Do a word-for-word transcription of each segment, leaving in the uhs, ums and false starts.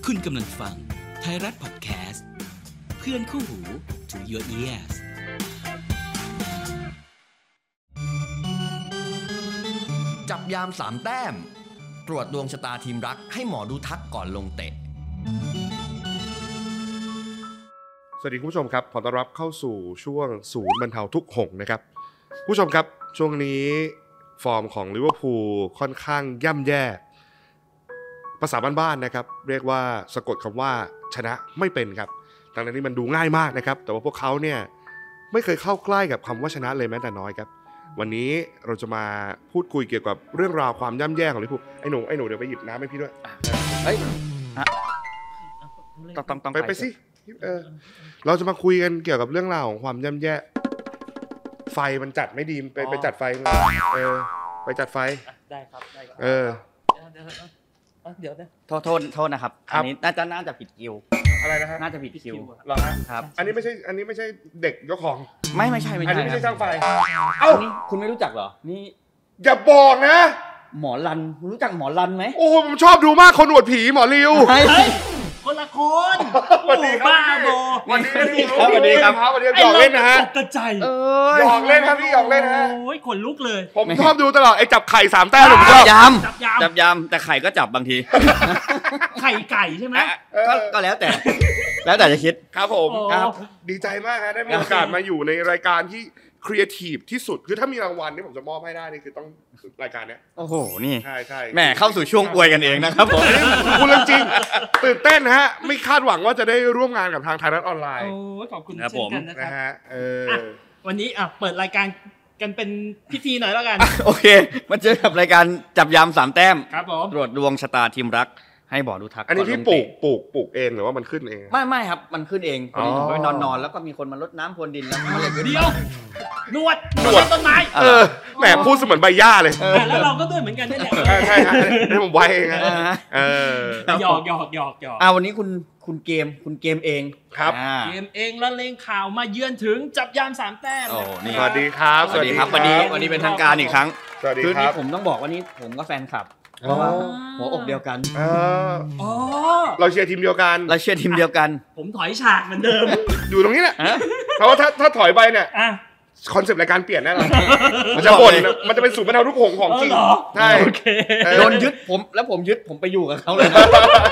คุณกำลังฟังไทยรัฐพอดแคสต์เพื่อนคู่หู to your ears จับยามสามแต้มตรวจดวงชะตาทีมรักให้หมอดูทักก่อนลงเตะสวัสดีคุณผู้ชมครับขอต้อนรับเข้าสู่ช่วงศูนย์บรรเทาทุกข์หงนะครับผู้ชมครับช่วงนี้ฟอร์มของลิเวอร์พูลค่อนข้างย่ำแย่ภาษาบ้านๆนะครับเรียกว่าสะกดคำว่าชนะไม่เป็นครับทั้งนี้มันดูง่ายมากนะครับแต่ว่าพวกเขาเนี่ยไม่เคยเข้าใกล้กับคำว่าชนะเลยแม้แต่น้อยครับวันนี้เราจะมาพูดคุยเกี่ยวกับเรื่องราวความย่ำแย่ของลิเวอร์พูลไอ้หนูไอ้หนูเดี๋ยวไปหยิบน้ำให้พี่ด้วยเฮ้ยต้องต้องต้องไปไปสิเออเราจะมาคุยกันเกี่ยวกับเรื่องราวของความย่ำแย่ไฟมันจัดไม่ดีไปไปจัดไฟเออไปจัดไฟได้ครับได้ครับเออเดี๋ยวนะโทษโทษโทษนะครับอันนี้น่าจะน่าจะผิดคิวอะไรนะฮะน่าจะผิดคิวเหรอฮะครับอันนี้ไม่ใช่อันนี้ไม่ใช่เด็กยกของไม่ไม่ใช่ไม่ใช่อันนี้ไม่ใช่ช่างไฟเอ้านี่คุณไม่รู้จักเหรอนี่อย่าบอกนะหมอรันคุณรู้จักหมอรันไหมโอ้ผมชอบดูมากคนหนวดผีหมอริวคนละคนโอ้บ้าบอวันนี้ครับวันนี้ครับวันนี้หยอกเล่นนะฮะตกใจหยอกเล่นครับพี่หยอกเล่นฮะโอ้ยขนลุกเลยผมชอบดูตลอดไอ้จับไข่สามแต้มผมชอบยำจับยำแต่ไข่ก็จับบางทีไข่ไก่ใช่ไหมก็ก็แล้วแต่แล้วแต่จะคิดครับผมครับดีใจมากฮะได้มีโอกาสมาอยู่ในรายการที่ครีเอทีฟที่สุดคือถ้ามีรางวัลที่ผมจะมอบให้ได้นี่คือต้องรายการเนี้ยโอ้โหนี่ใช่ใช่แหมเข้าสู่ช่วงอวยกันเองนะครับผมคุณจริงตื่นเต้นฮะไม่คาดหวังว่าจะได้ร่วมงานกับทางไทยรัฐออนไลน์โอ้ขอบคุณเช่นกันนะครับนะฮะเออวันนี้อ่ะเปิดรายการกันเป็นพิธีหน่อยแล้วกันโอเคมาเจอกับรายการจับยามสามแต้มครับผมตรวจดวงชะตาทีมรักให้บอกดูทักอันนี้พี่ปลูกปลูกปลูกเองหรือว่ามันขึ้นเองไม่ไม่ครับมันขึ้นเองพอดีผมไปนอนนอนแล้วก็มีคนมารดน้ำพรวนดินแล้วมันเลยเดียวนวดนวดต้นไม้เออแหมพูดเสมือนใบหญ้าเลยแล้วเราก็ด้วยเหมือนกันนี่แหละใช่ฮะให้ผมไว้เองเออหยอกหยอกหยอกหยอกอ่าวันนี้คุณคุณเกมคุณเกมเองครับเกมเองแล้วเลงข่าวมาเยือนถึงจับยามสามแต้มสวัสดีครับสวัสดีครับวันนี้วันนี้เป็นทางการอีกครั้งสวัสดีครับคือผมต้องบอกว่านี่ผมก็แฟนคลับเพราะว่าหัวอกเดียวกันอ๋อเราเชียร์ทีมเดียวกันเราเชียร์ทีมเดียวกันผมถอยฉากเหมือนเดิมอยู่ตรงนี้แหละเพราะว่าถ้าถ้าถอยไปเนี่ยคอนเซ็ปต์รายการเปลี่ยนแน่นอนมันจะบ่นมันจะเป็นสูตรบรรเทาทุกข์ของจริงใช่โดนยึดผมแล้วผมยึดผมไปอยู่กับเขาเลยนะ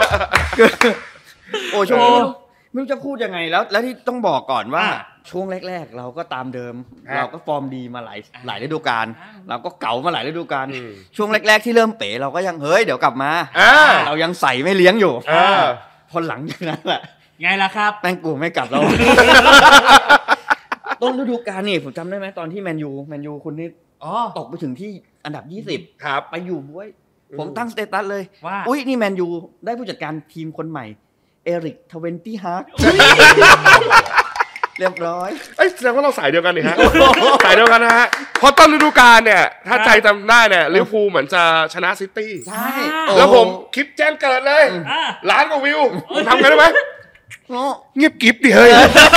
โอ้ช่วงนี้ไม่รู้จะพูดยังไงแล้วแล้วที่ต้องบอกก่อนว่าช่วงแรกๆเราก็ตามเดิมเราก็ฟอร์มดีมาหลายหลายฤดูกาลเราก็เก๋ามาหลายฤดูกาลช่วงแรกๆที่เริ่มเป๋เราก็ยังเฮ้ยเดี๋ยวกลับมาเรายังใส่ไม่เลี้ยงอยู่พอหลังจากนั้นแหละไงล่ะครับแม่งกูไม่กลับเราต้นฤดูกาลนี่ผมจำได้ไหมตอนที่แมนยูแมนยูคุณนี่ตกไปถึงที่อันดับยี่สิบไปอยู่บ้วยผมตั้งสเตตัสเลยว่าอุ้ยนี่แมนยูได้ผู้จัดการทีมคนใหม่เอริกทเวนตี้ฮาร์กเรียบร้อยเอ้ยแสดงว่าเราสายเดียวกันนี่ฮะสายเดียวกันนะฮะพอต้นฤดูกาลเนี่ยถ้าใจจำได้เนี่ยลิเวอร์พูลเหมือนจะชนะซิตี้ใช่แล้วผมคลิปแจ้งเกิดเลยล้านกว่าวิวผมทำไงได้ไหมเงียบกิ๊บดิเฮ้ย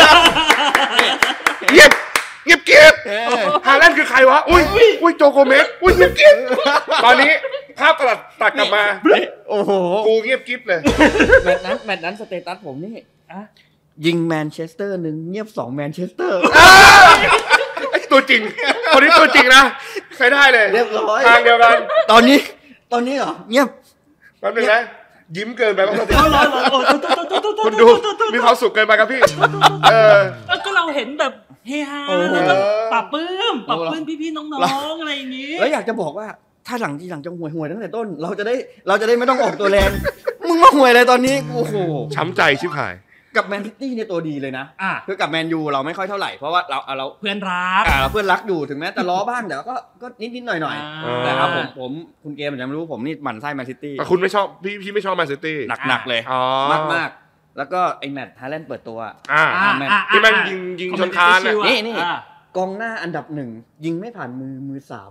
เงียบเงียบกิ๊บฮาแลนด์คือใครวะอุ้ยอุ้ยโจโกเมสอุ้ยเงียบกิ๊บตอนนี้ภาพตัดตัดกลับมาโอ้โหกูเงียบกิ๊บเลยแมตช์นั้นแมตช์นั้นสเตตัสผมนี่ยิงแมนเชสเตอร์หนึ่งเงียบสองแมนเชสเตอร์ตัวจริงคนนี้ตัวจริงนะใช้ได้เลยเรียบร้อยทางเดียวกันตอนนี้ตอนนี้เหรอเงียบแป๊บนึงนะยิ้มเกินไปป่ะคุณดูมีความสุขเกินไปครับพี่เออก็เราเห็นแบบเฮฮาแล้วก็ปรับปื้มปรับปื้มพี่ๆน้องๆอะไรอย่างนี้แล้วอยากจะบอกว่าถ้าหลังที่หลังจะห่วยๆตั้งแต่ต้นเราจะได้เราจะได้ไม่ต้องออกตัวแรงมึงมาห่วยอะไรตอนนี้โอ้โหช้ำใจชิบหายกับแมนซิตี้เนี่ยตัวดีเลยนะคือกับแมนยูเราไม่ค่อยเท่าไหร่เพราะว่าเราเราเพื่อนรักเราเพื่อนรักอยู่ถึงแม้จะล้อบ้างแต่ก็ก็นิดๆหน่อยๆนะครับผมผมคุณเกมผมจะไม่รู้ผมนี่หมั่นไส้แมนซิตี้แต่คุณไม่ชอบพี่พี่ไม่ชอบแมนซิตี้หนักๆเลยมากๆแล้วก็ไอ้แมตช์ฮาแลนด์เปิดตัวที่มันยิงยิงชนคานนี่นี่กองหน้าอันดับหนึ่งยิงไม่ผ่านมือมือสาม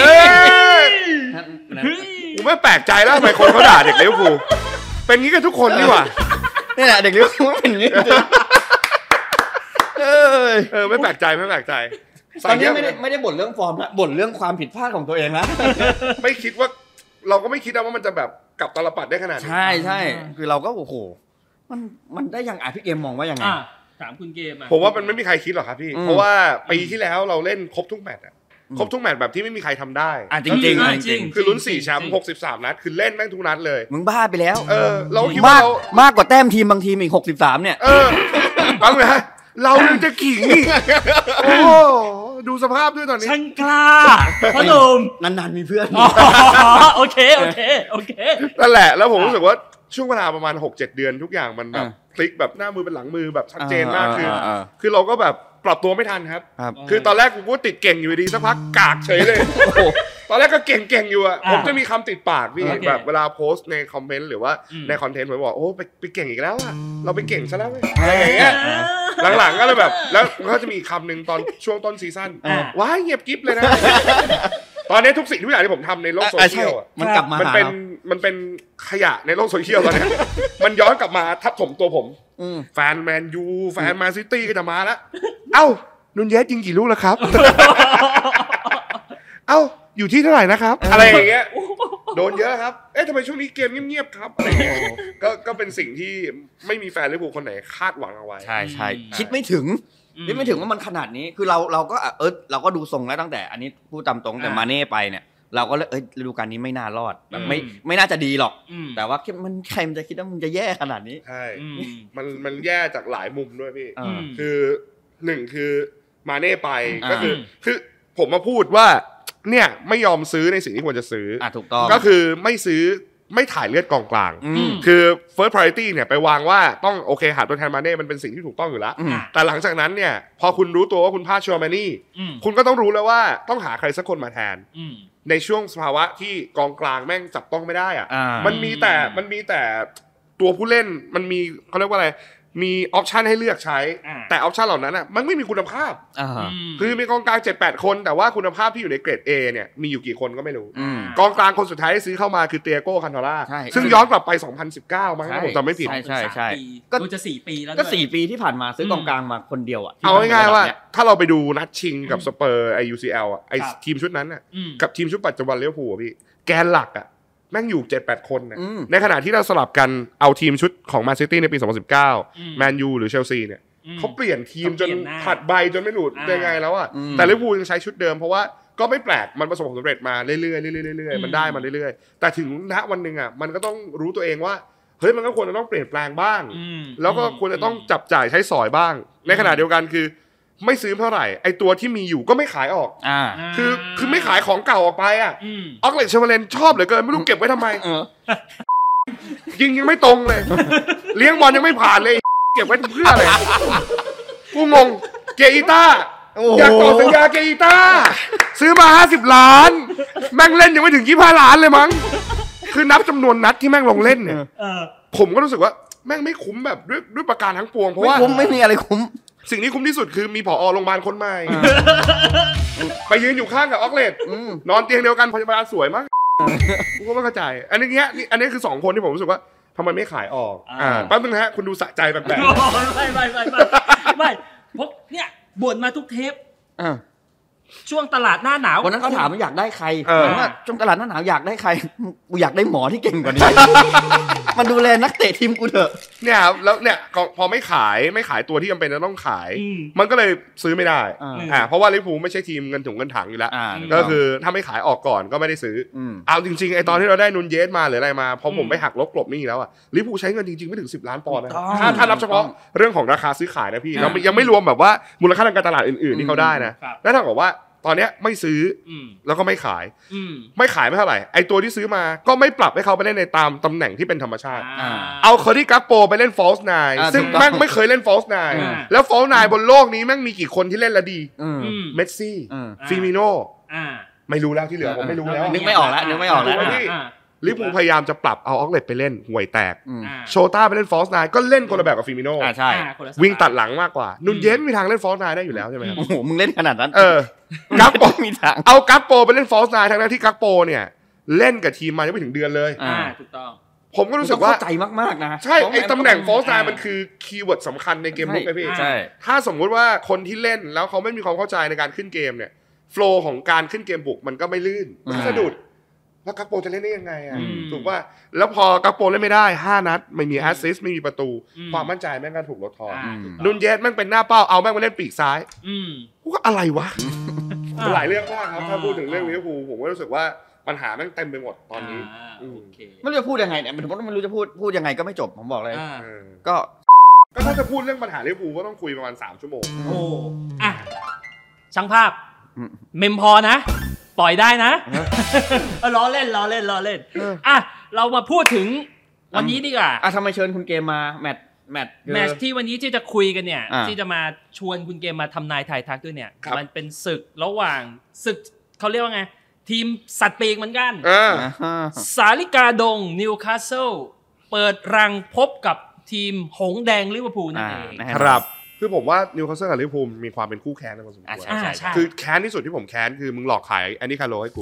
กูไม่แปลกใจแล้วทำไมคนเขาด่าเด็กลิเวอร์พูลเป็นงี้กันทุกคนนี่หว่านี่แหละเด็กลิเวอร์พูลเป็นอย่างนี้เออเออไม่แปลกใจไม่แปลกใจตอนนี้ไม่ได้ไม่ได้บ่นเรื่องฟอร์มละบ่นเรื่องความผิดพลาดของตัวเองนะไม่คิดว่าเราก็ไม่คิดนะว่ามันจะแบบกลับตลปัดได้ขนาดนี้ใช่ใช่คือเราก็โอ้โหมันมันได้ยังไงพี่เกมมองว่ายังไงถามคุณเกมอ่ะผมว่ามันไม่มีใครคิดหรอกครับพี่เพราะว่าปีที่แล้วเราเล่นครบทุกแมตช์อะครบทุกแมตช์แบบที่ไม่มีใครทำได้อ่ะจริงจริงจริงคือลุ้นสี่แชมป์หกสิบสามนัดคือเล่นแม่งทุกนัดเลยมึงบ้าไปแล้วเออเราคิดว่าเรามากกว่าแต้มทีมบางทีมอีกหกสิบสามเนี่ยเออฟังไหมฮะเราจะขิงอีกโอ้ดูสภาพด้วยตอนนี้ช่างกล้าพ่อหนุ่มนานๆมีเพื่อนโอเคโอเคโอเคนั่นแหละแล้วผมรู้สึกว่าช่วงเวลาประมาณ หกเจ็ด เดือนทุกอย่างมันแบบคลิกแบบหน้ามือเป็นหลังมือแบบชัดเจนมากคือคือเราก็แบบปรับตัวไม่ทันครับคือตอนแรกกูก็ติดเก่งอยู่ดีสักพักกากเฉยเลยตอนแรกก็เก่งๆอยู่อ่ะผมจะมีคำติดปากพี่แบบเวลาโพสต์ในคอมเมนต์หรือว่าในคอนเทนต์ผมบอกโอ้ไปไปเก่งอีกแล้วอ่ะเราไปเก่งซะแล้วอะไรอย่างเงี้ยหลังๆก็เลยแบบแล้วก็จะมีคำหนึ่งตอนช่วงต้นซีซั่นว้ายเงียบกิ๊บเลยนะตอนนี้ทุกสิ่งทุกอย่างที่ผมทำในโลกโซเชียลมันกลับมามันเป็นมันเป็นขยะในโลกโซเชียลตอนนี้มันย้อนกลับมาทับถมตัวผมแฟนแมนยูแฟนแมนซิตี้ก็จะมาแล้วเอ้านุนเยสยิงกี่ลูกแล้วครับเอ้าอยู่ที่เท่าไหร่นะครับอะไรอย่างเงี้ยโดนเยอะครับเอ๊ะทำไมช่วงนี้เกมเงียบๆครับอะไรเงี้ยก็ก็เป็นสิ่งที่ไม่มีแฟนลิเวอร์พูลคนไหนคาดหวังเอาไว้ใช่ใช่คิดไม่ถึงคิดไม่ถึงว่ามันขนาดนี้คือเราเราก็เออเราก็ดูทรงแล้วตั้งแต่อันนี้พูดตามตรงแต่มาเน่ไปเนี่ยเราก็เลยเอ้ยฤดูกาลนี้ไม่น่ารอดแบบไม่ไม่น่าจะดีหรอกแต่ว่ามันใครมันจะคิดว่ามันจะแย่ขนาดนี้ใช่มันมันแย่จากหลายมุมด้วยพี่คือหนึ่งคือมาเน่ไปก็คือคือผมมาพูดว่าเนี่ยไม่ยอมซื้อในสิ่งที่ควรจะซื้ออ่ะถูกต้องก็คือไม่ซื้อไม่ถ่ายเลือดกองกลางคือ first priority เนี่ยไปวางว่าต้องโอเคหาตัวแทนมาเน่มันเป็นสิ่งที่ถูกต้องอยู่แล้วแต่หลังจากนั้นเนี่ยพอคุณรู้ตัวว่าคุณพลาดชัวร์แมนี่คุณก็ต้องรู้แล้วว่าต้องหาใครสักคนมาแทนในช่วงสภาวะที่กองกลางแม่งจับต้องไม่ได้อ่ะมันมีแต่มันมีแต่ตัวผู้เล่นมันมีเขาเรียกว่าอะไรมีออปชันให้เลือกใช้แต่ออปชันเหล่านั้นอ่ะมันไม่มีคุณภาพคือมีกองกลาง เจ็ดแปด คนแต่ว่าคุณภาพที่อยู่ในเกรด A เนี่ยมีอยู่กี่คนก็ไม่รู้กองกลางคนสุดท้ายที่ซื้อเข้ามาคือเตียโก้คันทาร่าซึ่งย้อนกลับไปสองพันสิบเก้ามั้งถ้าผมจำไม่ผิดใช่ๆๆก็จะสี่ปีแล้วก็สี่ปีที่ผ่านมาซื้อกองกลางมาคนเดียวอ่ะเอาง่ายๆว่าถ้าเราไปดูนัดชิงกับสเปอร์ไอ ยู ซี แอล อ่ะไอทีมชุดนั้นน่ะกับทีมชุดปัจจุบันลิเวอร์พูลพี่แกนหลักอ่ะแม่งอยู่ เจ็ดแปด คนนะในขณะที่เราสลับกันเอาทีมชุดของแมนซิตี้ในปีสองพันสิบเก้าแมนยูหรือเชลซีเนี่ยเขาเปลี่ยนทีมจนผัดใบจนไม่หลุดยังไงแล้วอ่ะแต่ลิเวอร์พูลยังใช้ชุดเดิมเพราะว่าก็ไม่แปลกมันประสบความสำเร็จมาเรื่อยๆเรื่อยๆเรื่อยๆมันได้มาเรื่อยๆแต่ถึงณวันนึงอ่ะมันก็ต้องรู้ตัวเองว่าเฮ้ยมันก็ควรจะต้องเปลี่ยนแปลงบ้างแล้วก็ควรจะต้องจับจ่ายใช้สอยบ้างในขณะเดียวกันคือไม่ซื้อเท่าไหร่ไอตัวที่มีอยู่ก็ไม่ขายออกอ่าคือคือไม่ขายของเก่าออกไปอ่ะออกเลตเชเวเลนชอบเหลือเกินไม่รู้เก็บไว้ทำไมยิงยังไม่ตรงเลยเลี้ยงบอลยังไม่ผ่านเลยเก็บไว้เพื่ออะไรกูงงเกอิต้าอยากต่อสัญญาเกอิต้าซื้อมาห้าสิบล้านแม่งเล่นยังไม่ถึงยี่สิบห้าล้านเลยมั้งคือนับจำนวนนัดที่แม่งลงเล่นเนี่ยผมก็รู้สึกว่าแม่งไม่คุ้มแบบด้วยด้วยประการทั้งปวงเพราะว่าไม่มีอะไรคุ้มสิ่งที่คุ้มที่สุดคือมีผอโรงพยาบาลคนใหม่ไปยืนอยู่ข้างกับออกเลตนอนเตียงเดียวกันพยาบาลสวยมากกูก็ไม่เข้าใจอันนี้เนี้ยอันนี้คือสองคนที่ผมรู้สึกว่าทำไมไม่ขายออกอ่าแป๊บนึงฮะคุณดูสะใจแบบแบบไม่ไม่ไม่ไม่ไม่เพราะเนี่ยบ่นมาทุกเทปช่วงตลาดหน้าหนาววันนั้นเขาถามว่าอยากได้ใครว่าช่วงตลาดหน้าหนาวอยากได้ใครกูอยากได้หมอที่เก่งกว่านี้มันดูแลนักเตะทีมกูเถอะเนี่ยครับแล้วเนี่ยพอไม่ขายไม่ขายตัวที่จำเป็นจะต้องขายมันก็เลยซื้อไม่ได้อ่าเพราะว่าลิเวอร์พูลไม่ใช่ทีมเงินถุงเงินถังอยู่แล้วก็คือถ้าไม่ขายออกก่อนก็ไม่ได้ซื้อเอาจริงๆไอตอนที่เราได้นุนเยสมาหรืออะไรมาพอผมไปหักลบกลบนี่แล้วอ่ะลิเวอร์พูลใช้เงินจริงๆไม่ถึงสิบล้านปอนด์นะถ้าถ้านับเฉพาะเรื่องของราคาซื้อขายนะพี่เรายังไม่รวมแบบว่ามูลค่าทางการตลาดอื่นๆที่เขาได้นะแล้วถ้าบอกว่าตอนเนี้ยไม่ซื้อแล้วก็ไม่ขายไม่ขายไม่เท่าไหร่ไอตัวที่ซื้อมาก็ไม่ปรับให้เขาไปเล่นในตามตำแหน่งที่เป็นธรรมชาติเอาคอร์ดี้กัปโปไปเล่นฟอลส์ไนน์ซึ่งแม่งไม่เคยเล่นฟอลส์ไนน์แล้วฟอลส์ไนน์บนโลกนี้แม่งมีกี่คนที่เล่นแล้วดีเมสซี่ฟิมิโน่ไม่รู้แล้วที่เหลือผมไม่รู้แล้วนึกไม่ออกแล้วนึกไม่ออกแล้วลิเวอร์พูลพยายามจะปรับเอาออกเลตไปเล่นห่วยแตกโชต้าไปเล่นฟอลส์ไนน์ก็เล่นคนละแบบกับฟิมิโน่ใช่วิ่งตัดหลังมากกว่านุนเยสไม่มีทางเล่นฟอลส์ไนน์ได้อยู่แล้วใช่ไหมครับโอ้โหมึงเล่นขนาดนั้นเออกัปโปมีทางเอากัปโปไปเล่นฟอลส์ไนน์ทั้งนั้นที่กัปโปเนี่ยเล่นกับทีมมายังไม่ถึงเดือนเลยอ่าถูกต้องผมก็รู้สึกว่าเข้าใจมากๆนะใช่ไอ้ตำแหน่งฟอลส์ไนน์มันคือคีย์เวิร์ดสำคัญในเกมลุกไงพี่ใช่ถ้าสมมุติว่าคนที่เล่นแล้วเขาไม่มีความเข้าใจในการขึ้นเกมเนี่ยโฟลว์ของการขึ้นเกมบุกมันก็ไม่ลื่นมันสะดุดแล้วกักโปจะเล่นได้ยังไงอ่ะอืมถูกป่ะแล้วพอกักโปเล่นไม่ได้ห้านัดไม่มีแอสซิสต์ไม่มีประตูอืมความมั่นใจแม่งก็ถูกลดทอนอ่าถูกต้องนุนเยสแม่งเป็นหน้าเป้าเอาแม่งมาเล่นปีกซ้ายอืมกูก็อะไรวะอ่าหลายเรื่องมากครับถ้าอ่าพูดถึงเรื่องลิเวอร์พูลผมก็รู้สึกว่าปัญหาแม่งเต็มไปหมดตอนนี้าอืมโอเคไม่รู้จะพูดยังไงเนี่ยผมไม่รู้จะพูดพูดยังไงก็ไม่จบผมบอกเลยอ่าเออก็ก็ถ้าจะพูดเรื่องปัญหาลิเวอร์พูลก็ต้องคุยประมาณสามชั่วโมงโอ้อ่ะช่างภาพอืมเมมพอนะ ปล่อยได้นะเออล้อเล่นล้อเล่นล้อเล่นอ่ะเรามาพูดถึงวันนี้ดีกว่าอ่ะทำไมเชิญคุณเกมมาแมตช์แมตช์แมตช์ที่วันนี้ที่จะคุยกันเนี่ยอ่าที่จะมาชวนคุณเกมมาทำนายทายทักด้วยเนี่ยครับมันเป็นศึกระหว่างศึกเขาเรียกว่าไง ทีมสัตว์ปีกเหมือนกันอ่าอ่าสาลิกาดงนิวคาสเซิลเปิดรังพบกับทีมหงส์แดงลิเวอร์พูลนั่นเองอ่าครับคือผมว่านิวคาสเซิลกับลิเวอร์พูลมีความเป็นคู่แค้นกันพอสมควรอ่าอ่าใช่คือแค้นที่สุดที่ผมแค้นคือมึงหลอกขายแอนนี่คาโลให้กู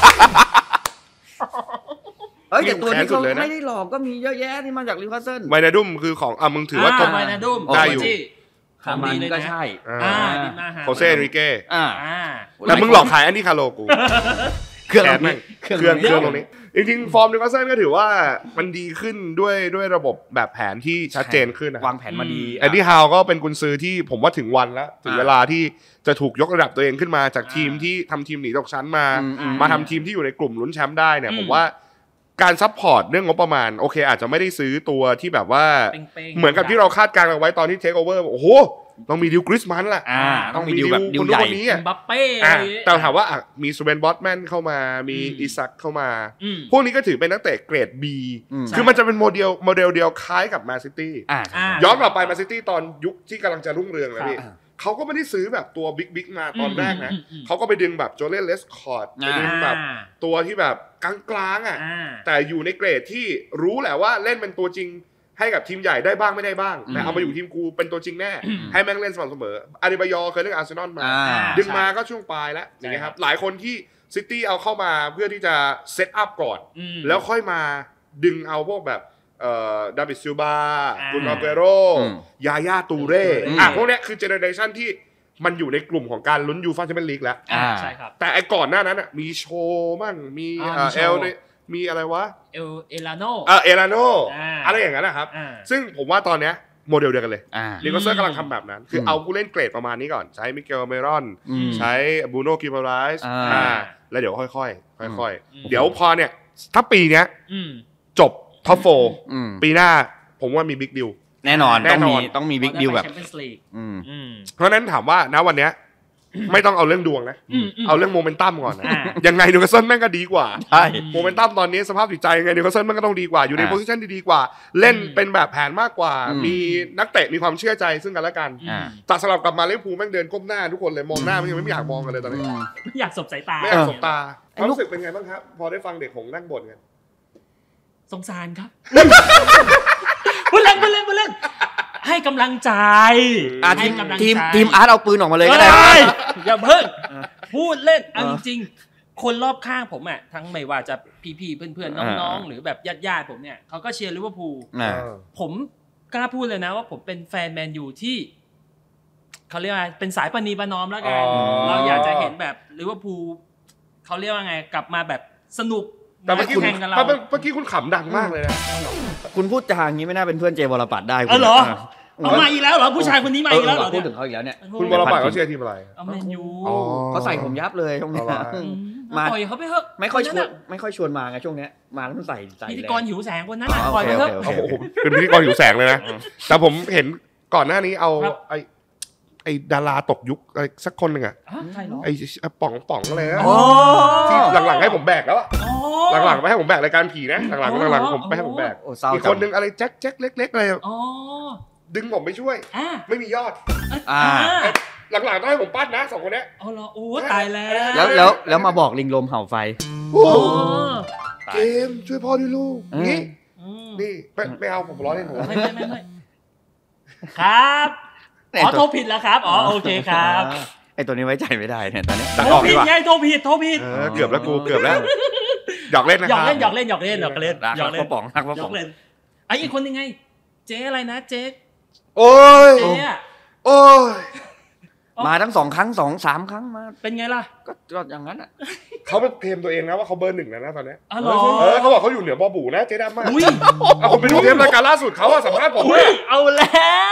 เอ้ยแต่ตัวที่เขาแขนสุดเลยนะไม่ได้หลอกก็มีเยอะแยะที่มาจากลิเวอร์พูลไมนาดุมคือของอ่ะมึงถือว่าจบไมนาดุมได้อยู่ของมัดีนเลยก็นะใช่อ่าอ่าดีมากฮะโคเซ่เอนริเก้อ่าอ่าแต่มึงหลอกขายแอนนี่คาโลกูเครื่องแค้นแม่แม่งงเครื่องเครื่องตรงนี้ จริงๆ ฟอร์มนิวคาสเซิลก็ถือว่ามันดีขึ้นด้วยด้วยระบบแบบแผนที่ชัดเจนขึ้นนะวางแผนมาดีแอนดี้ฮาวก็เป็นกุนซือที่ผมว่าถึงวันแล้ว ถึงอ่าเวลาที่จะถูกยกระดับตัวเองขึ้นมาจากทีมที่ทำทีมหนีตกชั้นมาอืมอืมมาทำทีมที่อยู่ในกลุ่มลุ้นแชมป์ได้เนี่ยอืมผมว่าการซัพพอร์ตเรื่องงบประมาณโอเคอาจจะไม่ได้ซื้อตัวที่แบบว่าเป้งๆเหมือนกับที่เราคาดการณ์เอาไว้ตอนที่เทคโอเวอร์โอ้โหต้องมีดิวกริสมันล่ะอ่าต้องมีดิวแบบดิวคนใหญ่นู้นคนนี้อ่ะบัปเป้อ่ะอะไรอย่างงี้แต่ถามว่าอ่ะมีสเวนบอตแมนเข้ามามีอืมอิซักเข้ามาอืมพวกนี้ก็ถือเป็นนักเตะเกรด B อืมคือมันจะเป็นโมเดลโมเดลเดียวคล้ายกับแมนซิตี้อ่าอ่าย้อนกลับไปแมนซิตี้ตอนยุคที่กำลังจะรุ่งเรืองเลยพี่ครับเขาก็ไม่ได้ซื้อแบบตัวบิ๊กบิ๊กมาตอนแรกนะอืมอืมอืมเขาก็ไปดึงแบบโจเลนเลสคอร์ดไปดึงแบบอ่าตัวที่แบบกลางๆอ่ะอ่าแต่อยู่ในเกรดที่รู้แหละว่าเล่นเป็นตัวจริงให้กับทีมใหญ่ได้บ้างไม่ได้บ้างอืมแต่เอามาอยู่ทีมกูเป็นตัวจริงแน่อืมให้แม่งเล่นสม่ำเสมออาริบายอเคยเล่นอาร์เซนอลมาอ่าดึงมาก็ช่วงปลายแล้วอย่างเงี้ยครับหลายคนที่ซิตี้เอาเข้ามาเพื่อที่จะเซตอัพก่อนอืมแล้วค่อยมาดึงเอาพวกแบบเอ่อดาวิดซิลบาอ่ากุนอาเกโรอืมยาย่าตูเร่อืมอ่ะพวกเนี้ยคือเจเนอเรชันที่มันอยู่ในกลุ่มของการลุ้นยูฟ่าแชมเปี้ยนลีกแล้วอ่าอ่าใช่ครับแต่ไอ้ก่อนหน้านั้นอ่ะมีโชว์มั่งมีอ่าเอ่อมีโชเอว์ลเนี่ยมีอะไรวะเอลเอลาโนเออเอลาโนอ่าอะไรอย่างนั้นนะครับอ่าซึ่งผมว่าตอนเนี้ยโมเดลเดียวกันเลยอ่าลิเวอร์เซอร์กำลังทำแบบนั้น คืออืมเอาผู้เล่นเกรดประมาณนี้ก่อน ใช้มิเกลเมรอนอืมใช้บูโน่กิบาไรส์อ่าอ่าแล้วเดี๋ยวค่อยๆค่อยอืมๆเดี๋ยวพอเนี่ยถ้าปีเนี้ยอืมจบท็อปโฟอืมปีหน้าผมว่ามีบิ๊กดิวแน่นอนแน่ต้องนมีอนต้องมีบิ๊กดิวแบบแชมเปี้ยนส์ลีกอืมอืมเพราะฉะนั้นถามว่าณวันเนี้ยไม่ต้องเอาเรื่องดวงนะอืมมเอาเรื่องโมเมนตัมก่อนนะอ่ายังไงนิวคาสเซิลแม่งก็ดีกว่าใช่โมเมนตัมตอนนี้สภาพจิตใจยังไงนิวคาสเซิลแม่งก็ต้องดีกว่าอยู่ในอ่าโพสิชันที่ดีกว่า เล่นอืมเป็นแบบแผนมากกว่าอืมมีนักเตะมีความเชื่อใจซึ่งกันและกันอืมแต่สลับกลับมาลิเวอร์พูลแม่งเดินก้มหน้าทุกคนเลยมองหน้ามันยังไม่อยากมองกันเลยตอนนี้อืมไม่อยากสบสายตาไม่อยากสบตาไอ้ความลูกรู้สึกเป็นไงบ้างครับ พอได้ฟังเด็กหงส์นั่งบ่นกันสงสารครับ พูดเล่นพูดเล่นพูดเล่น ให้กำลังใจอ่ะให้ทีมกำลังใจทีมทีมอาร์ตเอาปืนออกมาเลยก็ได้เอ้ยอย่าเพิ่งพูดเล่นเอาเอจอริงๆคนรอบข้างผมอ่ะทั้งไม่ว่าจะพี่ๆเพื่อนๆน้องๆหรือแบบญาติๆผมเนี่ยเขาก็เชียร์ลิเวอร์พูลอ่าผมกล้าพูดเลยนะว่าผมเป็นแฟนแมนยูที่เขาเรียกว่าเป็นสายปณีประนอมแล้วกันอ๋อเราอยากจะเห็นแบบลิเวอร์พูลเขาเรียกว่าไงกลับมาแบบสนุกแต่เมื่อกี้แข่งกับเราเมื่อกี้คุณขำดังมากเลยนะคุณพูดจาอย่างนี้ไม่น่าเป็นเพื่อนเจวรปัตรได้เออเหรอเอามาอีกแล้วเหรอผู้ชายคนนี้มาอีกแล้วเหรอพูเนี่ดยถึงเขาอีกแล้วเนี่ยคุณบอลปัดเขาเชียร์ทีมอะไรเอาแมนยูอ๋อเขาใส่ผมยับเลยช่วงนี้เอาวะอืมมาปล่อยเขาไปเถอะไม่ค่อยชควนนั้นไม่ค่อยชวนมาไงช่วงเนี้ยมาแล้วมันใส่ใส่น่ะพิธีแรงกรหิวแสงคนนั้นอ๋น่ะอปล่อยไปเถอะโอเคโอ้โหเป็นพิธีกรอยู่แสงเลยนะ แต่ผมเห็นก่อนหน้านี้เอาครับไอ้ไอ้ดาราตกยุคอะไรสักคนหนึ่งอะอ่ะใช่เหรอไอ้ป๋องป๋องอะไรนะอ๋อที่หลังๆให้ผมแบกแล้วอะอ๋อหลังๆไม่ให้ผมแบกรายการผีนะหลังอ๋อๆหลังๆผมไม่ให้ผมแบกโอ้เศร้าอีกจัคนนึงอะไรแจ็คแจ็คเล็กๆอะไรอ๋อดึงผมไปช่วยอ่ะไม่มียอดอ่าหลังๆต้องให้ผมปั้นนะสองคนเนี้ยเอาเหรอโอ้ตายแล้วแล้วแล้วแล้วมาบอกลิงลมเห่าไฟโอ้อ๋โหอเกมช่วยพ่อด้วยลูกอืมนี่อืมนี่ไม่ไม่เอาผมร้อนเล่นผมไม่ไม่ไม่ไม่ครับอ๋อโทรผิดแล้วครับอ๋อโอเคครับไอตัวนี้ไว้ใจไม่ได้เนี่ยตอนนี้ตัดโทอรอกผิดีดกว่าไงโทรผิดโทรผิดเออเกือบแล้วกูเกือบแล้วหยอกเล่นนะหยคอกรับเล่นหยอกเล่นหยอกเล่นหยอกเล่นรักหยอกเล่เขานป๋องรักเขาหยป๋อองกเล่นไอ้อีกคนยังไง เจ๊อะไรนะเจ๊โอ้ยเจ๊อะโอ้ยมาทั้งสองครั้งสองสามครั้งมาเป็นไงล่ะก็ก็อย่างนั้นอ่ะเขาไปเคลมตัวเองนะว่าเขาเบอร์หนึ่งแล้วนะตอนนี้อ๋อเหรอเออเขาบอกเขาอยู่เหนือบอบูนะเจ๊ดำมากอุ้ยเอาผมไปดูเทปรายการล่าสุดเขาอะสัมภาษณ์ผมอุ้ยเอาแล้ว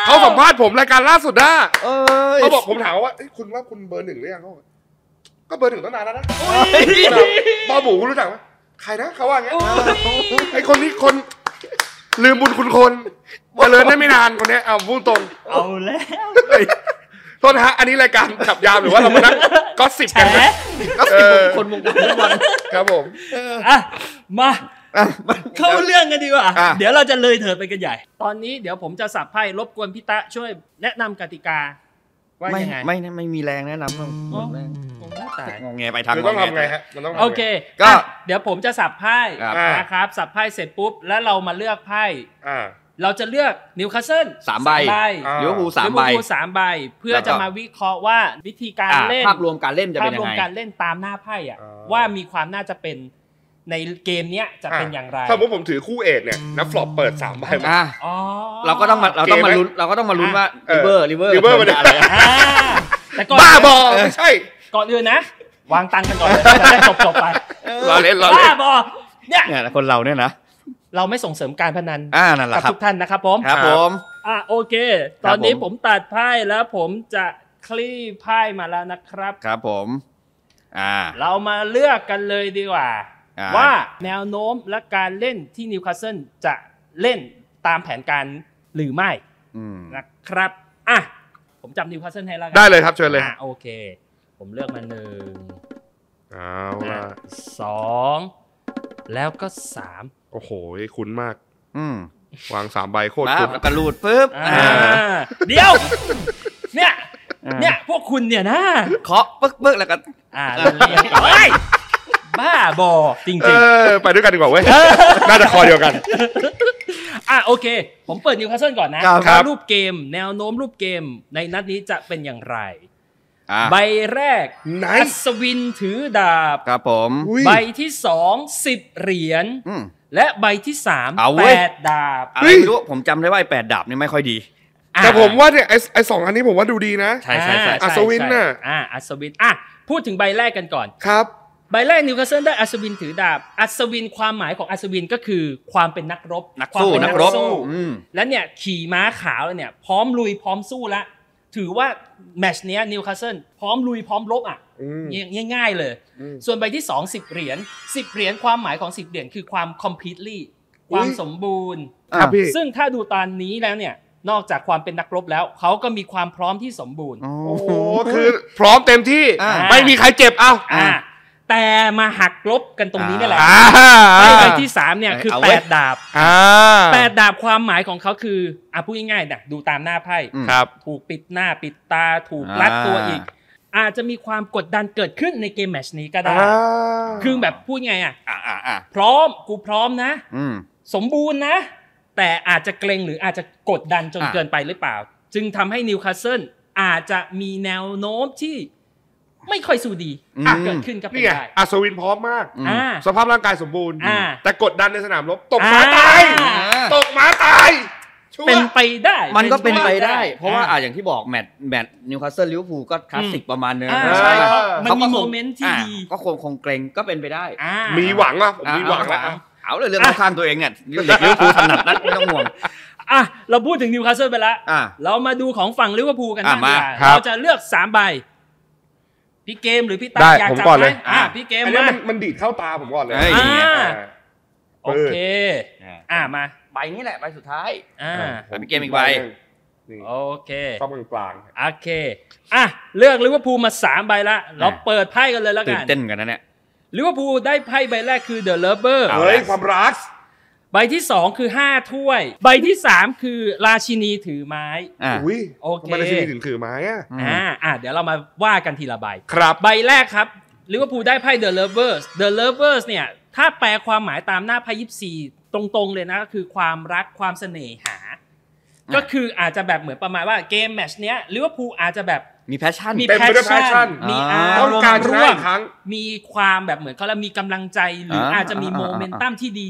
เขาสัมภาษณ์ผมรายการล่าสุดนะเอ้ยเขาบอกผมถามว่าคุณว่าคุณเบอร์หนึ่งหรือยังเขาบอกก็เบอร์หนึ่งตั้งนานแล้วนะบอบูคุณรู้จักไหมใครนะเขาว่าไงไอคนนี้คนลืมบุญคุณคนเจริญได้ไม่นานคนนี้เอาพูดตรงเอาแล้วโทษนะฮะอันนี้รายการจับยามหรือว่าเรามานั่งก็สิบกันนะก็สิบคนวงการฟุตบอลครับผมอ่ะมาอ่ะเข้าเรื่องกันดีกว่าอ่ะเดี๋ยวเราจะเลยเถิดไปกันใหญ่ ตอนนี้เดี๋ยวผมจะสับไพ่รบกวนพี่ตะช่วยแนะนำกติกาว่าไม่ยังไงไม่ไม่มีแรงแนะนำต้องอ๋อแรงโอ้ตายงงแงไปทางคือต้องทำไงฮะมันต้องทำไงโอเคก็อ่ะเดี๋ยวผมจะสับไพ่ครับนะครับสับไพ่เสร็จปุ๊บแล้วเรามาเลือกไพ่อ่าเราจะเลือกนิวคาสเซิลสามใบอ่าลิเวอร์พูลสามใบลิเวอร์พูลสามใบเพื่อแล้วก็จะมาวิเคราะห์ว่าวิธีการอ่ะเล่นภาพรวมการเล่นจะภาเป็พนยัรวงมไงการเล่นตามหน้าไพ่อ่ะอ่าว่ามีความน่าจะเป็นในเกมเนี้ยจะเป็นอย่างไรถ้าผมถือคู่เอกเนี่ยนับฟลอปเปิดสามใบมาอ่ะอ๋อเราก็ต้องมาเราต้องมาเกมไหมลุ้นเราก็ต้องมาลุ้นว่าเอลิอเวอร์ลิเวอร์ลิเวอร์มันอะไรอ่ะอ่าแต่ก่อนบ้าบอไม่ใช่ก่อนอื่นนะ วางตังค์กันก่อนเลยจะได้จบจบๆไปรอเล่นรอเล่บ้าน บอเนี่ยเนี่ยคนเราเนี่ยนะเราไม่ส่งเสริมการพนันอ่านั่นแหกัละครับทุกท่านนะครับผมครับผมอ่ะโอเค ตอนนี้ครับผผม มตัดไพ่แล้วผมจะคลี่ไพ่มาแล้วนะครับครับผมอ่าเรามาเลือกกันเลยดีกว่าอ่าว่าแนวโน้มและการเล่นที่นิวคาสเซิลจะเล่นตามแผนการหรือไม่อืมนะครับอ่ะผมจำนิวคาสเซิลให้แล้วกัได้เลยครับเชิญเลยอ่ะโอเค ผมเลือกมาหนึ่งเอาล่ะสองแล้วก็สามโอ้โหคุ้นมากอืมวางสามใบโคตรปั๊คุ้บนแล้วก็รูดปุ๊บอ่าอ่าเดี๋ยว เนี่ยอ่าเนี่ยพวกคุณเนี่ยนะเคาะปึ๊กปึ๊กแล้วก็อ่าเรียงเฮ้ยบ้าบอจริงเอๆอไปด้วยกันดีกว่าเว้ยน่าจะคอเดียวกันอ่ะโอเค ผมเปิดนิวคาสเซิลก่อนนะครับครับรูปเกม แนวโน้มรูปเกมในนัดนี้จะเป็นอย่างไรอ่าใบแรกไหนอัศวินถือดาบครับผมอุ้ยใบที่สองสิบเหรียญอืมและใบที่สามเอาเว้แปยดดาบอะไรไม่รู้ผมจำได้ว่าไอ้แปดดาบนี่ไม่ค่อยดีแต่ผมว่าเนี่ยไอ้ไอ้สองอันนี้ผมว่าดูดีนะใช่ใช่ใช่อัศวินน่ะอ่าอัศวินอ่ะพูดถึงใบแรกกันก่อนครับใบแรกนิวคาสเซิลได้อัศวินถือดาบ อัศวินความหมายของอัศวินก็คือความเป็นนักรบนักความสู้เป็นนักรบสู้อืมและเนี่ยขี่ม้าขาวเนี่ยพร้อมลุยพร้อมสู้ละถือว่าแมตช์เนี้ยนิวคาสเซิลพร้อมลุยพร้อมรบอ่ะอืมง่ายๆเลยอืมส่วนใบที่สอง สิบเหรียญสิบเหรียญความหมายของสิบเหรียญคือความ completely ความสมบูรณ์ครับพี่ซึ่งถ้าดูตอนนี้แล้วเนี่ยนอกจากความเป็นนักรบแล้วเขาก็มีความพร้อมที่สมบูรณ์โอ้โอ้โหคือพร้อมเต็มที่อ่าไม่มีใครเจ็บเอ้าอ่าแต่มาหักลบกันตรงนี้นี่แหละอ่าใบที่สามเนี่ยคือเอาแปเว้ยดดาบอ่าแปดดาบความหมายของเขาคืออ่ะพูดง่ายๆนะดูตามหน้าไพ่อืมครับถูกปิดหน้าปิดตาถูกรัดตัวอีก อาจจะมีความกดดันเกิดขึ้นในเกมแมตช์นี้ก็ได้อ่าคือแบบพูดไงอ่ะอ่าอ่าอ่าพร้อมกูพร้อมนะอืมสมบูรณ์นะ แต่อาจจะเกรงหรืออาจจะกดดันจนอ่ะเกินไปหรือเปล่า จึงทำให้นิวคาสเซิลอาจจะมีแนวโน้มที่ไม่ค่อยสู้ดีอืมเกิดขึ้นก็เป็นนี่ไงได้อัศวินพร้อมมากอืมอ่าสภาพร่างกายสมบูรณ์อ่าแต่กดดันในสนามรบตกหมาตายอ่าตกหมาตายชัวร์เป็นไปได้มันก็เป็นไปได้ เพราะว่าอ่อ่าอย่างที่บอกแมตช์แมตช์นิวคาสเซิลลิเวอร์พูลก็คลาสสิกประมาณนึงอ่าใช่ใช่คครัรับ บมันมีโมเมนต์ที่อ่าดีก็คงคงเกรงก็เป็นไปได้อ่ามีหวังอ่ะผมมีหวังอ่ะแล้วเอาเอาเลยเรื่องข้างตัวเองเนี่ยเด็กลิเวอร์พูลถนัดนักไม่ต้องห่วงอ่ะเราพูดถึงนิวคาสเซิลไปแล้วอ่าเรามาดูของฝั่งลิเวอร์พูลกันบ้างอ่ะดีมากว่าครับเราจะเลือกสามใบพี่เกมหรือพี่ตาได้อยากผมจับก่อนไหเลมยอ่ะพี่เกมอันนี้มามันมันดีดเข้าตาผมก่อนเลยเฮ้ยอ่าอ่าโอเค อ่ะมาใบนี้แหละใบสุดท้ายอ่าแล้วมีเกมอีกใบนี่โอเคเข้ากลางโอเคอ่ะเลือกลิเวอร์พูลมาสามใบละเราเปิดไพ่กันเลยแล้วตื่กัน นเต้นกันนะเนี่ยลิเวอร์พูลได้ไพ่ใบแรกคือ The Lover ๆเฮ้ยความรักใบที่สองคือห้าถ้วย ใบที่สามคือราชินีถือไม้อ่าอุ้ยโอเคทำไมราชินีถึงถือไม้อ่ะอืมอ่าอ่ะเดี๋ยวเรามาว่ากันทีละใบครับใบแรกครับลิเวอร์พูลได้ไพ่ The Lovers The Lovers เนี่ยถ้าแปลความหมายตามหน้าไพ่ยี่สิบสี่ตรงๆเลยนะก็คือความรักความเสน่หา ก็คืออาจจะแบบเหมือนประมาณว่าเกมแมตช์เนี้ยลิเวอร์พูลอาจจะแบบมีแพชชั่นมีเต็มไปด้วย passion passion มีอ่าอาต้องรมการณ์ชนะร่วอีมกครั้งมีความแบบเหมือนเขาแล้วมีกำลังใจหรืออา อาจจะมีอ่าโมเมนตัมที่ดีใน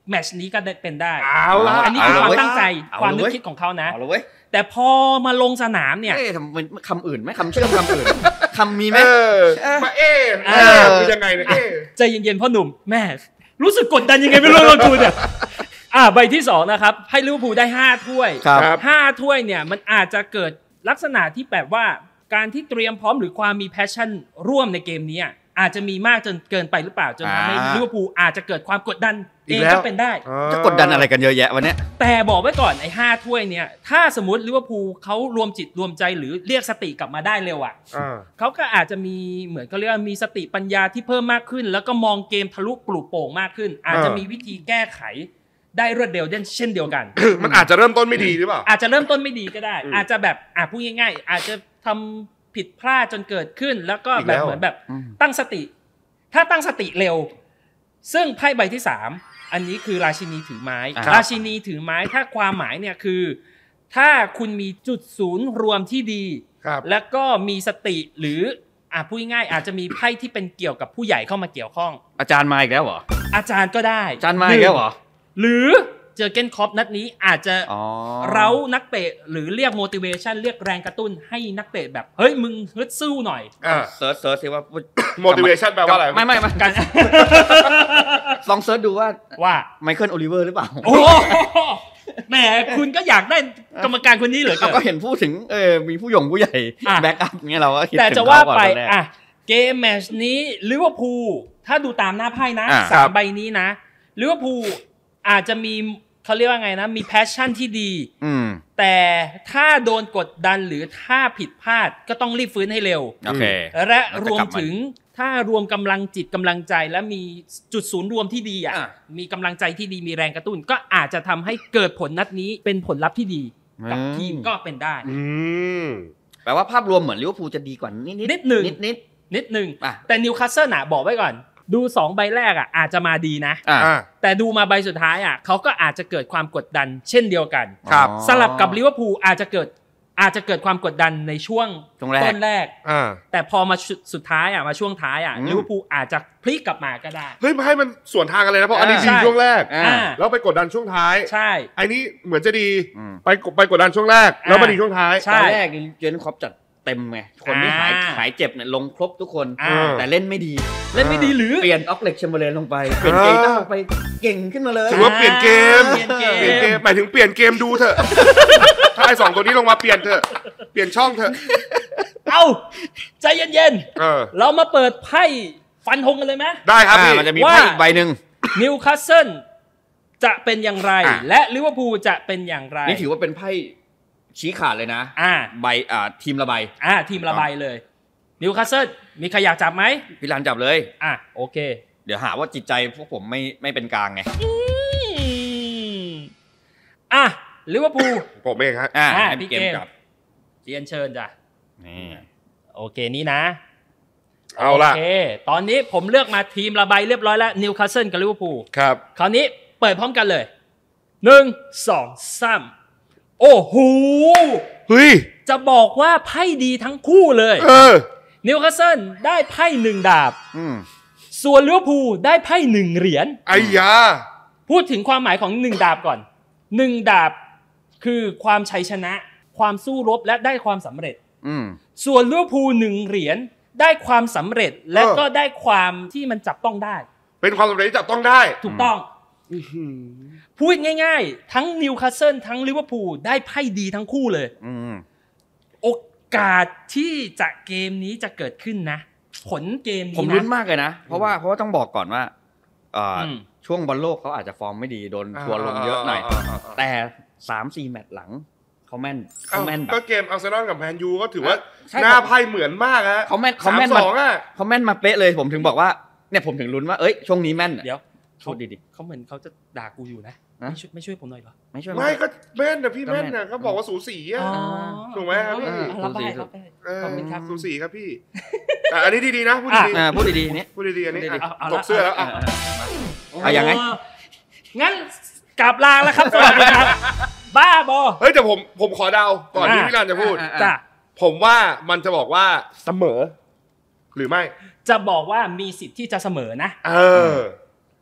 แมตช์นี้ก็เป็นได้เอาละอันนี้คือความตั้งใจความนึกคิดของเขานะแต่พอมาลงสนามเนี่ยเอ๊ะทำคำอื่นไหมคำเชื่อมคำอื่นคำมีไหมมาเอ๊ะคือยังไงเนี่ยใจเย็นๆพ่อหนุ่มแม่รู้สึกกดดันยังไงไม่รู้เราดูเนี่ยอ่าใบที่สองนะครับให้ลิเวอร์พูลได้ห้าถ้วยห้าถ้วยเนี่ยมันอาจจะเกิดลักษณะที่แบบว่าการที่เตรียมพร้อมหรือความมีแพชชั่นร่วมในเกมนี้อาจจะมีมากจนเกินไปหรือเปล่าจนทำให้ลิเวอร์พูลอาจจะเกิดความกดดันเองก็เป็นได้จะกดดันอะไรกันเยอะแยะวันนี้แต่บอกไว้ก่อนไอ้ห้าถ้วยเนี่ยถ้าสมมติลิเวอร์พูลเขารวมจิตรวมใจหรือเรียกสติกลับมาได้เร็วอ่ะเขาก็อาจจะมีเหมือนเขาเรียกว่ามีสติปัญญาที่เพิ่มมากขึ้นแล้วก็มองเกมทะลุปลุกโป่งมากขึ้นอาจจะมีวิธีแก้ไขได้รวดเร็วเช่นเดียวกันมันอาจจะเริ่มต้นไม่ดีหรือเปล่าอาจจะเริ่มต้นไม่ดีก็ได้อาจจะแบบอ่ะพูดง่ายๆอาจจะทำผิดพลาดจนเกิดขึ้นแล้วก็แบบเหมือนแบบตั้งสติถ้าตั้งสติเร็วซึ่งไพ่ใบที่สามอันนี้คือราชินีถือไม้ราชินีถือไม้ถ้าความหมายเนี่ยคือถ้าคุณมีจุดศูนย์รวมที่ดีแล้วก็มีสติหรืออ่ะพูดง่ายๆอาจจะมีไพ่ที่เป็นเกี่ยวกับผู้ใหญ่เข้ามาเกี่ยวข้องอาจารย์มาอีกแล้วเหรออาจารย์ก็ได้อาจารย์มาอีกแล้วเหรอหรือเจอเกนคอปนัดนี้อาจจะเร้านักเตะหรือเรียก motivation เรียกแรงกระตุ้นให้นักเตะแบบเฮ้ยมึงฮึดสู้หน่อยเซิร์ชเซิร์ชสิว่า motivation แปลว่าอะไรไม่ไม่ไม่กันลองเซิร์ชดูว่าว่าไมเคิลโอลิเวอร์หรือเปล่าโอ้แหมคุณก็อยากได้กรรมการคนนี้เหรอก็เห็นพูดถึงเออมีผู้หยงผู้ใหญ่แบ็กอัพเงี้ยเราก็คิดแต่จะว่าไปอ่ะเกมแมตช์นี้ลิเวอร์พูลถ้าดูตามหน้าไพ่นะสามใบนี้นะลิเวอร์พูลอาจจะมีเขาเรียกว่าไงนะมีแพชชั่นที่ดีแต่ถ้าโดนกดดันหรือถ้าผิดพลาดก็ต้องรีบฟื้นให้เร็วและรวมถึงถ้ารวมกำลังจิตกำลังใจและมีจุดศูนย์รวมที่ดีอ่ะมีกำลังใจที่ดีมีแรงกระตุ้นก็อาจจะทำให้เกิดผลนัดนี้เป็นผลลัพธ์ที่ดีกับทีมก็เป็นได้แปลว่าภาพรวมเหมือนลิเวอร์พูลจะดีกว่านิดนิดหนึ่งนิดนิดนิดหนึ่งแต่นิวคาสเซิลน่ะบอกไว้ก่อนดูสองใบแรกอ่ะอาจจะมาดีนะแต่ดูมาใบสุดท้ายอ่ะเขาก็อาจจะเกิดความกดดันเช่นเดียวกันสลับกับลิเวอร์พูลอาจจะเกิดอาจจะเกิดความกดดันในช่วงต้นแรกแต่พอมาสุดท้ายอ่ะมาช่วงท้ายอ่ะลิเวอร์พูลอาจจะพลิกกลับมาก็ได้เฮ้ยมาให้มันสวนทางกันเลยนะเพราะอันนี้ดีช่วงแรกแล้วไปกดดันช่วงท้ายใช่อันนี้เหมือนจะดีไปไปกดดันช่วงแรกแล้วมาดีช่วงท้ายตอนแรกเจนครอปจัดเต็มไงคนที่หายหายเจ็บเนี่ยลงครบทุกคนแต่เล่นไม่ดีเล่นไม่ดีหรือเปลี่ยนออกเล็กแชมเบอร์เลนลงไปเปลี่ยนเกมตั้งไปเก่งขึ้นมาเลยถือว่าเปลี่ยนเกมเปลี่ยนเกมเปลี่ยนเกมหมายถึงเปลี่ยนเกมดูเถอะถ้าไอ้สองตัวนี้ลงมาเปลี่ยนเถอะเปลี่ยนช่องเถอะเอ้าใจเย็นๆเรามาเปิดไพ่ฟันธงกันเลยไหมได้ครับพี่มันจะมีไพ่อีกใบนึงนิวคาสเซิลจะเป็นอย่างไรและลิเวอร์พูลจะเป็นอย่างไรนี่ถือว่าเป็นไพ่ชี้ขาดเลยนะอ่าใบอ่าทีมละใบอ่าทีมละใบเลยนิวคาสเซิลมีใครอยากจับไหมพี่ลันจับเลยอ่ะโอเคเดี๋ยวหาว่าจิตใจพวกผมไม่ไม่เป็นกลางไงอ่ะลิเวอร์พูลผมเองครับอ่าพี่เกมกับเรียนเชิญจ้ะนี่โอเคนี้นะเอาล่ะโอเคตอนนี้ผมเลือกมาทีมละใบเรียบร้อยแล้วนิวคาสเซิลกับลิเวอร์พูลครับคราวนี้เปิดพร้อมกันเลยหนึ่ง สอง สามโอ้โหเฮ้ยจะบอกว่าไพ่ดีทั้งคู่เลยเออนิวคาสเซิลได้ไพ่หนึ่งดาบส่วนลิเวอร์พูลได้ไพ่หนึ่งเหรียญไอ้ยาพูดถึงความหมายของหนึ่งดาบก่อนหนึ่งดาบคือความชัยชนะความสู้รบและได้ความสำเร็จส่วนลิเวอร์พูลหนึ่งเหรียญได้ความสำเร็จและก็ได้ความที่มันจับต้องได้เป็นความสำเร็จที่จับต้องได้ถูกต้องพูดง่ายๆทั้งนิวคาสเซิลทั้งลิเวอร์พูลได้ไพ่ดีทั้งคู่เลยโอกาสที่จะเกมนี้จะเกิดขึ้นนะผลเกมนี้ผมลุ้นมากเลยนะเพราะว่าเพราะว่าต้องบอกก่อนว่าช่วงบอลโลกเขาอาจจะฟอร์มไม่ดีโดนทัวร์ลงเยอะหน่อยแต่ สามสี่ แมตช์หลังเขาแม่นเขาแม่นก็เกมอาร์เซนอลกับแมนยูก็ถือว่าหน้าไพ่เหมือนมากฮะเขาแม่นเขาแม่นมาเขาแม่นมาเป๊ะเลยผมถึงบอกว่าเนี่ยผมถึงลุ้นว่าเอ้ยช่วงนี้แม่นเดี๋ยวพูดดีๆเขาเหมือนเขาจะด่ากูอยู่นะไม่ช่วยไม่ช่วยผมหน่อยเหรอไม่ช่วยไม่ก็แม่นนะพี่แม่นนะเขาบอกว่าสูสีอ่ะถูกไหมครับพี่รับไปรับไปขอบคุณครับสูสีครับพี่อันนี้ดีๆนะพูดดีๆพูดดีๆนี่พูดดีๆอันนี้ตกเสื้อแล้วอ่ะเอาอย่างไงงั้นกลับลาแล้วครับสวัสดีครับบ้าบอเฮ้ยแต่ผมผมขอเดาก่อนที่พี่รันจะพูดจ้ะผมว่ามันจะบอกว่าเสมอหรือไม่จะบอกว่ามีสิทธิ์ที่จะเสมอนะเอออ่ะ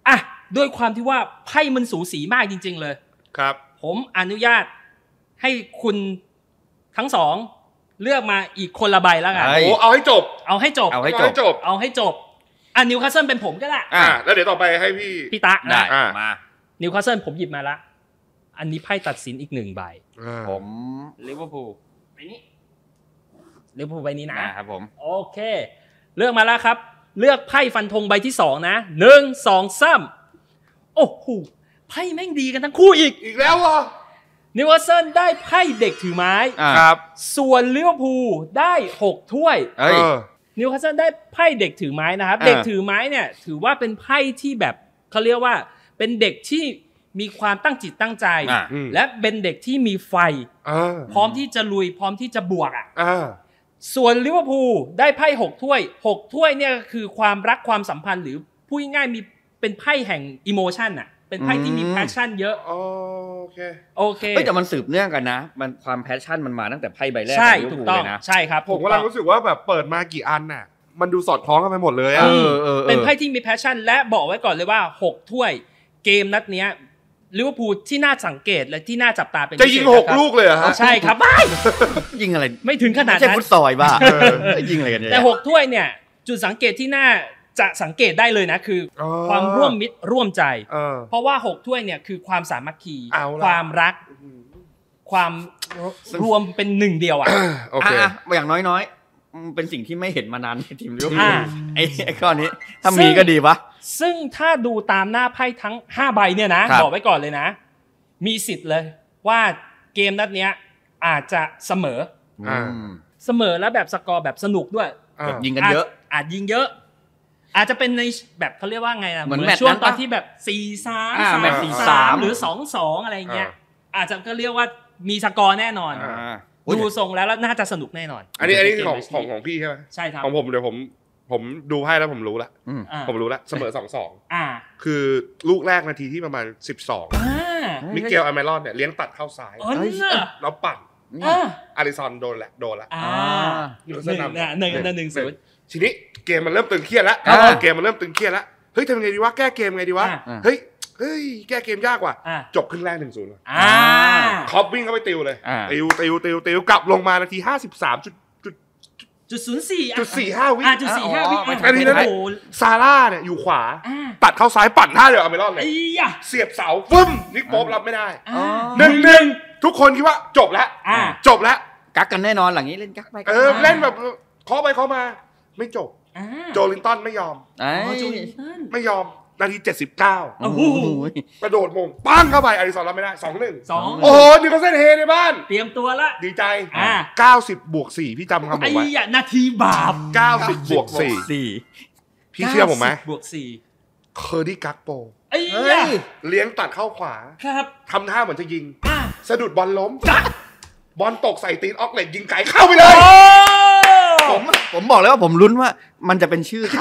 ด้วยความที่ว่าไพ่มันสูสีมากจริงๆเลยครับผมอนุญาตให้คุณทั้งสองเลือกมาอีกคนละใบแล้วกันโอ้เอาให้จบเอาให้จบเอาให้จบเอาให้จบอ่ะนิวคาสเซิลเป็นผมก็ได้อ่าแล้วเดี๋ยวต่อไปให้พี่พี่ตะได้มานิวคาสเซิลผมหยิบมาละอันนี้ไพ่ตัดสินอีกหนึ่งใบผมลิเวอร์พูลใบนี้ลิเวอร์พูลใบนี้นะครับผมโอเคเลือกมาแล้วครับเลือกไพ่ฟันธงใบที่สองนะหนึ่งสองสามโอ้โหไพ่แม่งดีกันทั้งคู่อีกอีกแล้วเหรอนิวคาสเซิลได้ไพ่เด็กถือไม้ครับส่วนลิเวอร์พูลได้หกถ้วยนิวคาสเซิลได้ไพ่เด็กถือไม้นะครับเด็กถือไม้เนี่ยถือว่าเป็นไพ่ที่แบบเขาเรียกว่าเป็นเด็กที่มีความตั้งจิตตั้งใจและเป็นเด็กที่มีไฟพร้อมที่จะลุยพร้อมที่จะบวกอ่ะส่วนลิเวอร์พูลได้ไพ่หกถ้วยหกถ้วยเนี่ยคือความรักความสัมพันธ์หรือพูดง่ายๆมีเป็นไพ่แห่งอิโมชันอ่ะเป็นไพ่ที่มีแพชชั่นเยอะโอเคโอเคเฮ้ยแต่มันสืบเนื่องกันนะมันความแพชชั่นมันมาตั้งแต่ไพ่ใบแรกใช่ถูกต้องใช่ครับผมกำลังรู้สึกว่าแบบเปิดมากี่อันน่ะมันดูสอดคล้องกันไปหมดเลยอ่ะเป็นไพ่ที่มีแพชชั่นและบอกไว้ก่อนเลยว่าหกถ้วยเกมนัดเนี้ยลิเวอร์พูลที่น่าสังเกตและที่น่าจับตาเป็นจะยิงหกลูกเลยเหรอฮะใช่ครับไม่ยิงอะไรไม่ถึงขนาดนั้นไม่ใช่ฟุตซอยบ้ายิงอะไรกันเนี่ยแต่หกถ้วยเนี่ยจุดสังเกตที่น่าจะสังเกตได้เลยนะคือความร่วมมิตรร่วมใจเพราะว่าหกถ้วยเนี่ยคือความสามัคคีความรักความรวมเป็นหนึ่งเดียวอ่ะโอเคอย่างน้อยๆเป็นสิ่งที่ไม่เห็นมานานในทีมลิเวอร์พูลไอ้ไอ้ข้อนี้ถ้ามีก็ดีวะซึ่งถ้าดูตามหน้าไพ่ทั้งห้าใบเนี่ยนะบอกไว้ก่อนเลยนะมีสิทธิ์เลยว่าเกมนัดเนี้ยอาจจะเสมอเสมอแล้วแบบสกอร์แบบสนุกด้วยยิงกันเยอะอาจยิงเยอะอาจจะเป็นในแบบเขาเรียกว่าไงนะเหมือนช่วงตอนที่แบบ สี่สาม สาม สี่ สามหรือ สอง สอง อะไรเงี้ยอาจจะก็เรียกว่ามีสกอร์แน่นอนดูทรงแล้วน่าจะสนุกแน่นอนอันนี้อันนี้ของของของพี่ใช่ไหมใช่ครับของผมเดี๋ยวผมผมดูให้แล้วผมรู้ละผมรู้ละเสมอ สอง สองอ่าคือลูกแรกนาทีที่ประมาณสิบสองมิเกลอาเมรอนเนี่ยเลี้ยงตัดเข้าซ้ายแล้วปั่นอาริซอนโดนแหละโดนละหนึ่งหนึ่งหนึ่งศูนย์ทีนี้เกมมันเริ่มตึงเครียดแล้วเกมมันเริ่มตึงเครียดแล้วเฮ้ยทำไงดีวะแก้เกมไงดีวะเฮ้ยเฮ้ยแก้เกมยากว่ะจบครึ่งแรก หนึ่งศูนย์อ่าคอปวิ่งเข้าไปติวเลยติวติวติวติวกลับลงมานาทีห้าสิบสามจุดจุดศูนย์สี่จุดสี่ห้าวิอ่าจุดสี่ห้าวินาทีนั้นซาร่าเนี่ยอยู่ขวาตัดเข้าซ้ายปั่นท่าเดียวเอาไม่รอดเลยเสียบเสาฟึ้มนิกโป๊ปรับไม่ได้หนึ่งหนึ่งทุกคนคิดว่าจบแล้วจบแล้วกักกันแน่นอนหลังนี้เล่นกักไปเออเล่นแบบเคาะไปเคาะมาไม่จบโจลินตันไม่ยอมไม่ยอมนาทีเจ็ดสิบเก้าโอ้โหกระโดดมงปั้งเข้าไปอาริซอนรับไม่ได้ สองหนึ่ง สองโอ้โหนิวคาสเซิลเฮในบ้านเตรียมตัวละดีใจเก้าสิบบวกสี่พี่จำคำผมไว้ไอ้นาทีบาปเก้าสิบบวกสี่พี่เชื่อผมไหมบวกสี่เคอร์ดี้กักโปไอ้เลี้ยงตัดเข้าขวาครับทำท่าเหมือนจะยิงสะดุดบอลล้มบอลตกใส่ตีนออกเหล็กยิงไกลเข้าไปเลยผมผมบอกเลยว่าผมลุ้นว่ามันจะเป็นชื่อใคร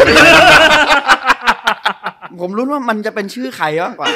ผมลุ้นว่ามันจะเป็นชื่อใครมากกว่า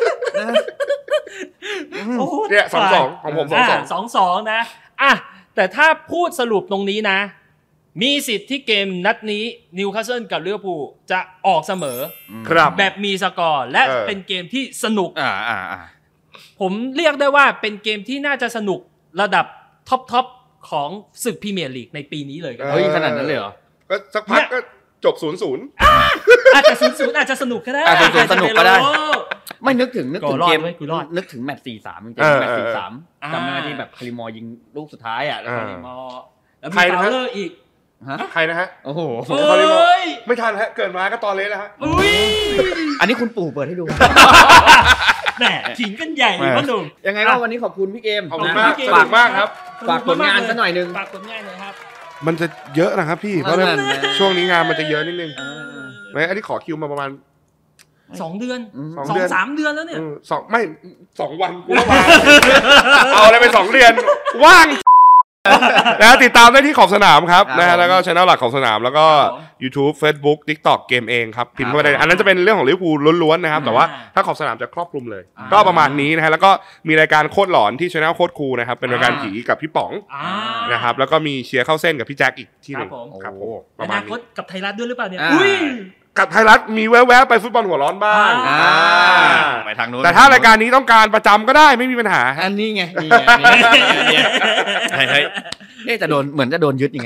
เนี่ยสองสองของผมสองสองสองสองนะอ่ะแต่ถ้าพูดสรุปตรงนี้นะมีสิทธิ์ที่เกมนัดนี้นิวคาสเซิลกับลิเวอร์พูลจะออกเสมอแบบมีสกอร์และเป็นเกมที่สนุกอ่าอ่าผมเรียกได้ว่าเป็นเกมที่น่าจะสนุกระดับท็อปท็อปของศึกพรีเมียร์ลีกในปีนี้เลยเฮ้ยขนาดนั้นเลยเหรอก็สักพักก็จบ ศูนย์ศูนย์อาจจะ ศูนย์ศูนย์ อาจจะสนุกก็ได้อาจจะสนุกก็ได้ไม่นึกถึงนึกถึงเกมนึกถึงแมตช์ สี่สาม จริงๆแมตช์ สี่สาม จำได้ที่แบบคาริมอร์ยิงลูกสุดท้ายอ่ะแล้วคาริมอร์แล้วมีฟาวเลอร์อีกใครนะฮะโอ้โหคาริมอร์ไม่ทันฮะเกิดมาก็ตอนเละแล้วฮะอันนี้คุณปู่เปิดให้ดูแหมขิงกันใหญ่พ่อหนุ่มยังไงก็วันนี้ขอบคุณพี่เกมขอบคุณมากฝากมากครับฝากผลงานซะหน่อยนึงฝากผลงานเลยครับมันจะเยอะนะครับพี่เพราะช่วงนี้งานมันจะเยอะนิดนึงไหมอันนี้ขอคิวมาประมาณสองเดือนสองสามเดือนแล้วเนี่ยสองไม่สองวันกูว่างเอาอะไรไปสองเดือนว่างนะติดตามได้ที่ขอบสนามครับนะฮะแล้วก็ช่องหลักขอบสนามแล้วก็ YouTube Facebook TikTok เกมเองครับพิมพ์เข้าไปได้อันนั้นจะเป็นเรื่องของลิเวอร์พูลล้วนๆนะครับแต่ว่าถ้าขอบสนามจะครอบคลุมเลยก็ประมาณนี้นะฮะแล้วก็มีรายการโคตรหลอนที่ช่องโคตรคูลนะครับเป็นรายการผีกับพี่ป๋องนะครับแล้วก็มีเชียร์เข้าเส้นกับพี่แจ็คอีกที่นึงครับผมประมาณนี้กับไทยรัฐด้วยหรือเปล่าเนี่ยอุ้ยกับไทยรัฐมีแวะๆไปฟุตบอลหัวร้อนบ้างอ่าไปทางโน้นแต่ถ้ารายการนี้ต้องการประจำก็ได้ไม่มีปัญหาอันนี้ไงนี่ไงนี่ไงนี่ไงเฮ้ยเฮ้ยเอ๊ะจะโดนเหมือนจะโดนยึดยังไง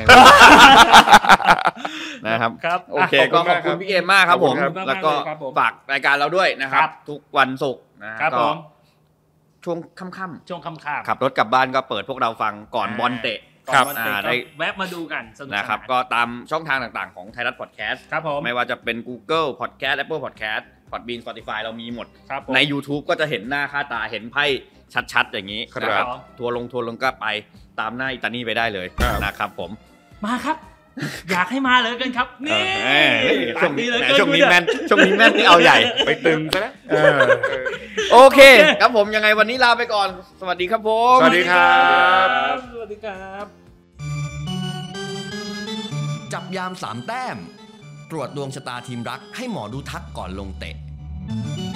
นะครับครับโอเคก็ขอบคุณพี่เอมมากครับผมขอบคุณมากๆแล้วก็เลยครับผมฝากรายการเราด้วยนะครับครับทุกวันศุกร์นะครับผก็มช่วงค่ำช่วงค่ำๆขับรถกลับบ้านก็เปิดพวกเราฟังก่อนบอลเตะๆก่อนวันเตะอ่าก็ได้แวะมาดูกันสนุกสนะครับนานก็ตามช่องทางต่างๆของไทยรัฐพอดแคสต์ครับผมไม่ว่าจะเป็น Google Podcast Apple Podcast Podbean Spotify เรามีหมดครับผมใน YouTube ก็จะเห็นหน้าค่าตาเห็นไพ่ชัดๆ อย่างนี้ครับนะครับทัวร์ลงทัวร์ลงก็ไปตามหน้าอิตานีไปได้เลยครับนะครับผมมาครับ อยากให้มาเลยกันครับนี่เออช่วงนี้เลยช่วงนี้แม่นช่วงนี้แม่นนี่เอาใหญ่ไปตึงซะแล้วเออโอเค ครับผมยังไงวันนี้ลาไปก่อน สวัสดีครับผมสวัสดีครับสวัสดีครับจับยามสามแต้ม ตรวจดวงชะตาทีมรักให้หมอดูทักก่อนลงเตะ